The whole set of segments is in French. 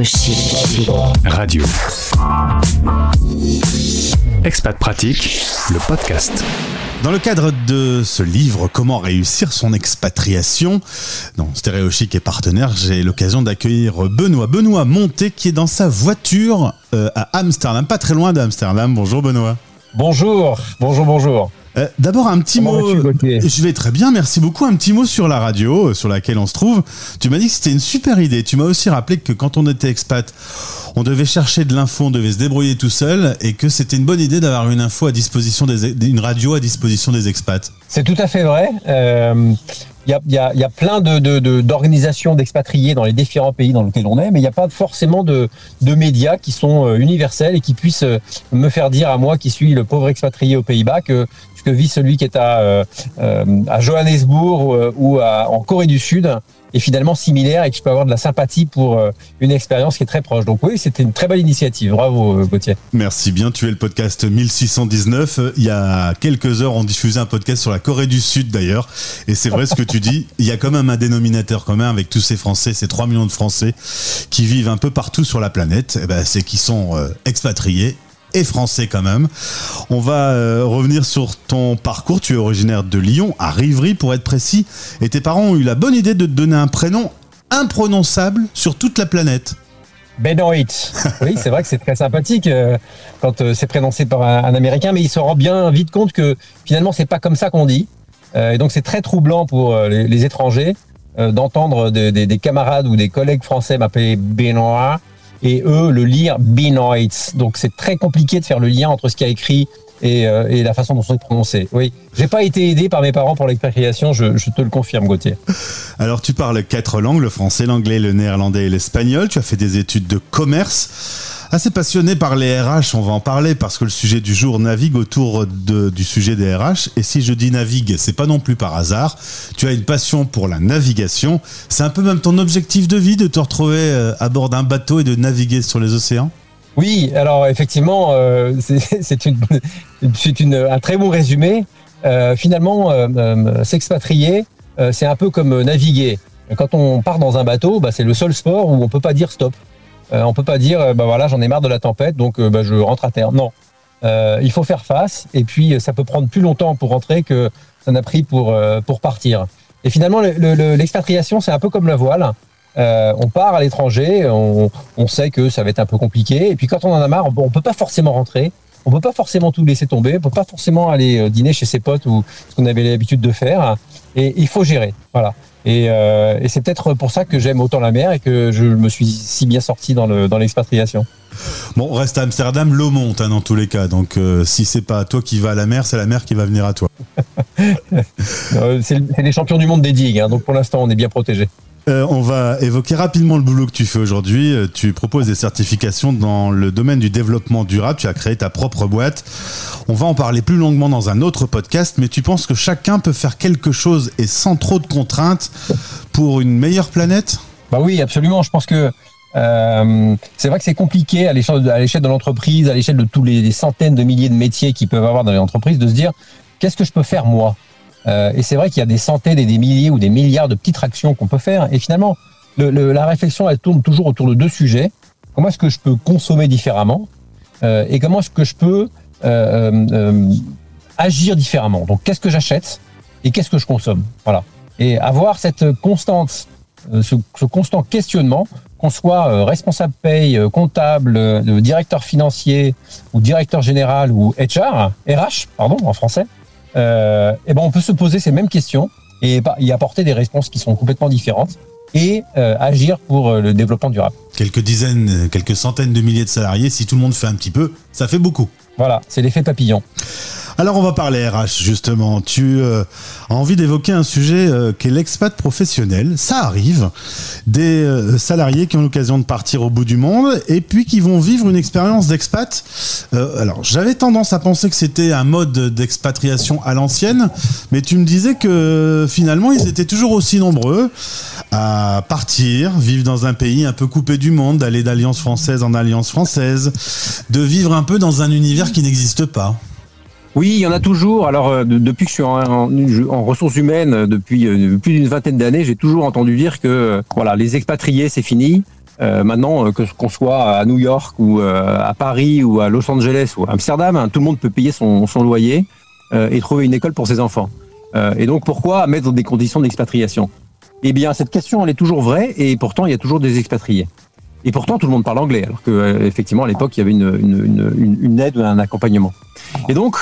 Chic Radio. Expat Pratique, le podcast. Dans le cadre de ce livre, Comment réussir son expatriation, dont Stéréo Chic est partenaire, j'ai l'occasion d'accueillir Benoît Monté qui est dans sa voiture à Amsterdam, pas très loin d'Amsterdam. Bonjour Benoît. Bonjour. D'abord un petit Comment mot. Je vais très bien, merci beaucoup. Un petit mot sur la radio sur laquelle on se trouve. Tu m'as dit que c'était une super idée. Tu m'as aussi rappelé que quand on était expat, on devait chercher de l'info, on devait se débrouiller tout seul et que c'était une bonne idée d'avoir une info à disposition une radio à disposition des expats. C'est tout à fait vrai. Il y a plein d'organisations d'expatriés dans les différents pays dans lesquels on est, mais il n'y a pas forcément de médias qui sont universels et qui puissent me faire dire à moi qui suis le pauvre expatrié aux Pays-Bas que ce que vit celui qui est à Johannesburg ou en Corée du Sud est finalement similaire et que je peux avoir de la sympathie pour une expérience qui est très proche. Donc oui, c'était une très belle initiative. Bravo Gauthier. Merci bien, tu es le podcast 1619. Il y a quelques heures, on diffusait un podcast sur la Corée du Sud d'ailleurs. Et c'est vrai ce que tu dis, il y a quand même un dénominateur commun avec tous ces Français, ces 3 millions de Français qui vivent un peu partout sur la planète. Et ben, c'est qu'ils sont expatriés et français quand même. On va revenir sur ton parcours. Tu es originaire de Lyon, à Rivry pour être précis, et tes parents ont eu la bonne idée de te donner un prénom imprononçable sur toute la planète. Benoît. Oui, c'est vrai que c'est très sympathique quand c'est prononcé par un Américain, mais il se rend bien vite compte que finalement c'est pas comme ça qu'on dit. Et donc c'est très troublant pour les étrangers d'entendre des camarades ou des collègues français m'appeler Benoît et eux le lire Benoît. Donc c'est très compliqué de faire le lien entre ce qu'il y a écrit et la façon dont c'est prononcé. Oui, j'ai pas été aidé par mes parents pour l'expatriation, je te le confirme Gauthier. Alors tu parles 4 langues, le français, l'anglais, le néerlandais et l'espagnol. Tu as fait des études de commerce. Assez passionné par les RH, on va en parler parce que le sujet du jour navigue autour du sujet des RH. Et si je dis navigue, c'est pas non plus par hasard. Tu as une passion pour la navigation. C'est un peu même ton objectif de vie de te retrouver à bord d'un bateau et de naviguer sur les océans ? Oui, alors effectivement, c'est un très bon résumé. Finalement, s'expatrier, c'est un peu comme naviguer. Quand on part dans un bateau, c'est le seul sport où on peut pas dire stop. On peut pas dire voilà, j'en ai marre de la tempête, donc je rentre à terre. Non, il faut faire face. Et puis ça peut prendre plus longtemps pour rentrer que ça n'a pris pour partir. Et finalement, l'expatriation, c'est un peu comme la voile. On part à l'étranger, on sait que ça va être un peu compliqué. Et puis quand on en a marre, on peut pas forcément rentrer. On peut pas forcément tout laisser tomber. On peut pas forcément aller dîner chez ses potes ou ce qu'on avait l'habitude de faire. Et il faut gérer. Voilà. Et c'est peut-être pour ça que j'aime autant la mer et que je me suis si bien sorti dans l'expatriation. Bon, on reste à Amsterdam, l'eau monte dans tous les cas. Donc si c'est pas toi qui vas à la mer, c'est la mer qui va venir à toi. C'est les champions du monde des digues. Donc pour l'instant, on est bien protégés. On va évoquer rapidement le boulot que tu fais aujourd'hui. Tu proposes des certifications dans le domaine du développement durable. Tu as créé ta propre boîte. On va en parler plus longuement dans un autre podcast, mais tu penses que chacun peut faire quelque chose et sans trop de contraintes pour une meilleure planète ? Oui, absolument. Je pense que c'est vrai que c'est compliqué à l'échelle de l'entreprise, à l'échelle de tous les centaines de milliers de métiers qu'ils peuvent avoir dans les entreprises, de se dire qu'est-ce que je peux faire moi ? Et c'est vrai qu'il y a des centaines et des milliers ou des milliards de petites actions qu'on peut faire. Et finalement, la réflexion, elle tourne toujours autour de 2 sujets. Comment est-ce que je peux consommer différemment et comment est-ce que je peux agir différemment. Donc, qu'est-ce que j'achète et qu'est-ce que je consomme ? Voilà. Et avoir cette constante, ce constant questionnement, qu'on soit responsable paye, comptable, directeur financier ou directeur général ou RH, en français, on peut se poser ces mêmes questions et y apporter des réponses qui sont complètement différentes et agir pour le développement durable. Quelques centaines de milliers de salariés, si tout le monde fait un petit peu, ça fait beaucoup. Voilà, c'est l'effet papillon. Alors on va parler RH justement. Tu as envie d'évoquer un sujet qui est l'expat professionnel. Ça arrive, des salariés qui ont l'occasion de partir au bout du monde et puis qui vont vivre une expérience d'expat. Alors j'avais tendance à penser que c'était un mode d'expatriation à l'ancienne, mais tu me disais que finalement ils étaient toujours aussi nombreux à partir, vivre dans un pays un peu coupé du monde, d'aller d'alliance française en alliance française, de vivre un peu dans un univers qui n'existe pas. Oui, il y en a toujours. Alors, depuis que je suis en ressources humaines, depuis plus d'une vingtaine d'années, j'ai toujours entendu dire que les expatriés, c'est fini. Maintenant, qu'on soit à New York ou à Paris ou à Los Angeles ou à Amsterdam, hein, tout le monde peut payer son loyer et trouver une école pour ses enfants. Et donc, pourquoi mettre des conditions d'expatriation ? Eh bien, cette question, elle est toujours vraie et pourtant, il y a toujours des expatriés. Et pourtant, tout le monde parle anglais, alors que effectivement, à l'époque, il y avait une aide, un accompagnement. Et donc,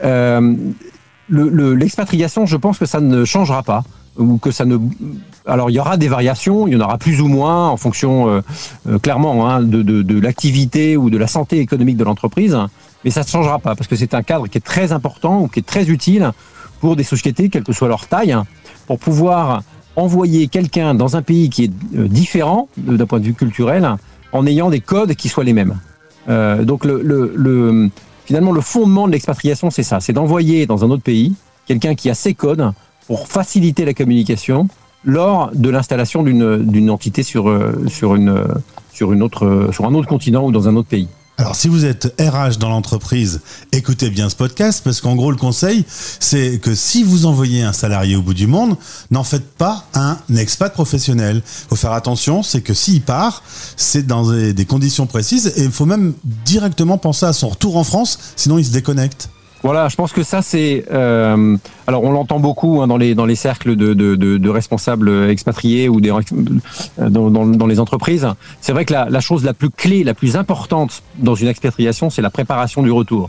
l'expatriation, je pense que ça ne changera pas, ou que ça ne. Alors, il y aura des variations, il y en aura plus ou moins en fonction, clairement, hein, de l'activité ou de la santé économique de l'entreprise, mais ça ne changera pas parce que c'est un cadre qui est très important ou qui est très utile pour des sociétés, quelle que soit leur taille, pour pouvoir envoyer quelqu'un dans un pays qui est différent d'un point de vue culturel en ayant des codes qui soient les mêmes. Donc finalement le fondement de l'expatriation c'est ça, c'est d'envoyer dans un autre pays quelqu'un qui a ses codes pour faciliter la communication lors de l'installation d'une entité sur un autre continent ou dans un autre pays. Alors, si vous êtes RH dans l'entreprise, écoutez bien ce podcast, parce qu'en gros, le conseil, c'est que si vous envoyez un salarié au bout du monde, n'en faites pas un expat professionnel. Il faut faire attention, c'est que s'il part, c'est dans des conditions précises, et il faut même directement penser à son retour en France, sinon il se déconnecte. Voilà, je pense que ça c'est. Alors on l'entend beaucoup hein, dans les cercles de responsables expatriés ou dans les entreprises. C'est vrai que la chose la plus clé, la plus importante dans une expatriation, c'est la préparation du retour.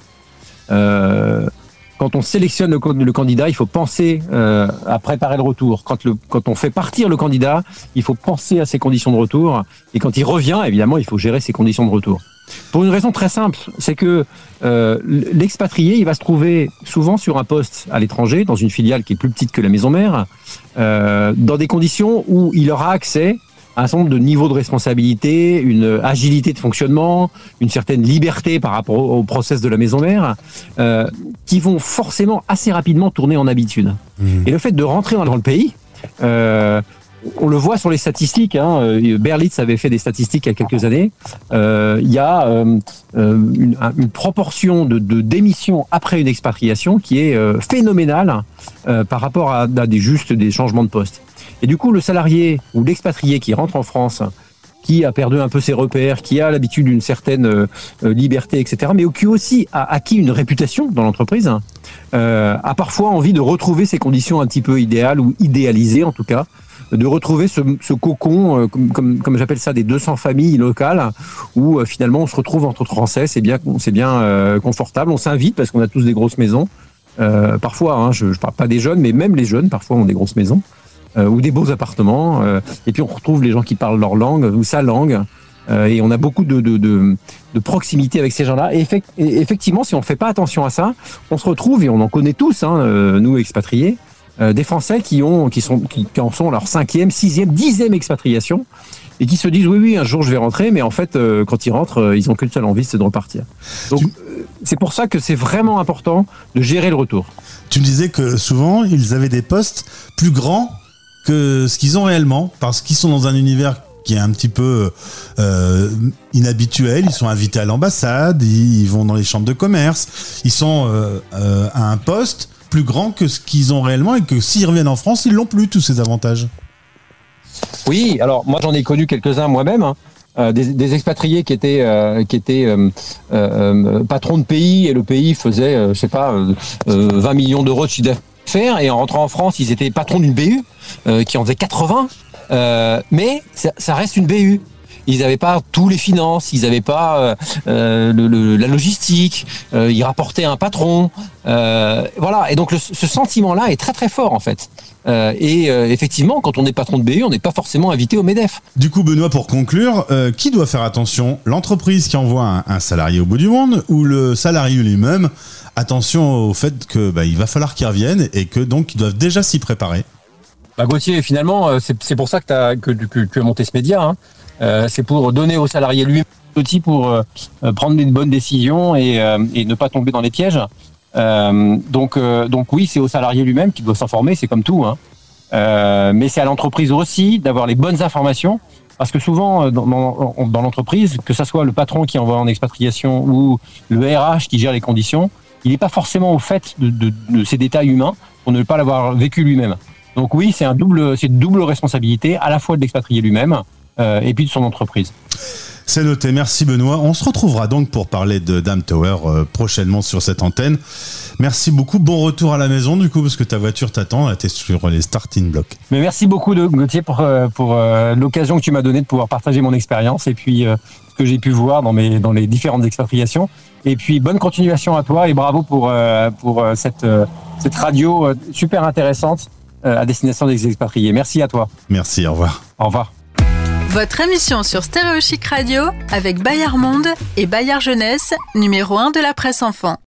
Quand on sélectionne le candidat, il faut penser à préparer le retour. Quand on fait partir le candidat, il faut penser à ses conditions de retour. Et quand il revient, évidemment, il faut gérer ses conditions de retour. Pour une raison très simple, c'est que l'expatrié, il va se trouver souvent sur un poste à l'étranger, dans une filiale qui est plus petite que la maison mère, dans des conditions où il aura accès à un certain nombre de niveaux de responsabilité, une agilité de fonctionnement, une certaine liberté par rapport au process de la maison mère, qui vont forcément assez rapidement tourner en habitude. Et le fait de rentrer dans le pays, on le voit sur les statistiques, hein, Berlitz avait fait des statistiques il y a quelques années, il y a une proportion de démissions après une expatriation qui est phénoménale par rapport à des changements de poste. Et du coup, le salarié ou l'expatrié qui rentre en France, qui a perdu un peu ses repères, qui a l'habitude d'une certaine liberté, etc., mais qui aussi a acquis une réputation dans l'entreprise, a parfois envie de retrouver ses conditions un petit peu idéales ou idéalisées en tout cas, de retrouver ce cocon, comme j'appelle ça, des 200 familles locales, où finalement on se retrouve entre Français, c'est bien confortable, on s'invite parce qu'on a tous des grosses maisons. Parfois, hein, je parle pas des jeunes, mais même les jeunes parfois ont des grosses maisons. Ou des beaux appartements, et puis on retrouve les gens qui parlent leur langue ou sa langue, et on a beaucoup de proximité avec ces gens-là. Et effectivement, si on ne fait pas attention à ça, on se retrouve, et on en connaît tous, hein, nous expatriés, des Français qui en sont leur 5e, 6e, 10e expatriation, et qui se disent oui, un jour je vais rentrer, mais en fait, quand ils rentrent, ils n'ont qu'une seule envie, c'est de repartir. Donc, c'est pour ça que c'est vraiment important de gérer le retour. Tu me disais que souvent, ils avaient des postes plus grands que ce qu'ils ont réellement, parce qu'ils sont dans un univers qui est un petit peu inhabituel. Ils sont invités à l'ambassade, ils vont dans les chambres de commerce, ils sont à un poste plus grand que ce qu'ils ont réellement, et que s'ils reviennent en France, ils n'ont plus tous ces avantages. Oui, alors moi j'en ai connu quelques-uns moi-même, hein, des expatriés qui étaient patrons de pays, et le pays faisait, 20 millions d'euros de chiffre d'affaires, et en rentrant en France, ils étaient patrons d'une BU qui en faisait 80, mais ça reste une BU. Ils n'avaient pas tous les finances, ils n'avaient pas la logistique, ils rapportaient un patron, voilà. Et donc ce sentiment-là est très très fort en fait. Et effectivement, quand on est patron de BU, on n'est pas forcément invité au MEDEF. Du coup, Benoît, pour conclure, qui doit faire attention ? L'entreprise qui envoie un salarié au bout du monde, ou le salarié lui-même ? Attention au fait que il va falloir qu'il revienne, et que donc ils doivent déjà s'y préparer. Gauthier, finalement, c'est pour ça que tu as monté ce média. Hein. C'est pour donner au salarié lui l'outil pour prendre des bonnes décisions et ne pas tomber dans les pièges. Donc oui, c'est au salarié lui-même qui doit s'informer, c'est comme tout. Hein. Mais c'est à l'entreprise aussi d'avoir les bonnes informations, parce que souvent dans l'entreprise, que ça soit le patron qui envoie en expatriation ou le RH qui gère les conditions, il n'est pas forcément au fait de ces détails humains pour ne pas l'avoir vécu lui-même. Donc oui, c'est une double responsabilité, à la fois de l'expatrié lui-même et puis de son entreprise. C'est noté, merci Benoît. On se retrouvera donc pour parler de Dam Tower prochainement sur cette antenne. Merci beaucoup, bon retour à la maison du coup, parce que ta voiture t'attend, t'es sur les starting blocks. Mais merci beaucoup Gauthier pour l'occasion que tu m'as donnée de pouvoir partager mon expérience et puis ce que j'ai pu voir dans les différentes expatriations. Et puis bonne continuation à toi et bravo pour cette radio super intéressante à destination des expatriés. Merci à toi. Merci, au revoir. Au revoir. Votre émission sur Stéréo Chic Radio avec Bayard Monde et Bayard Jeunesse, numéro 1 de la presse enfant.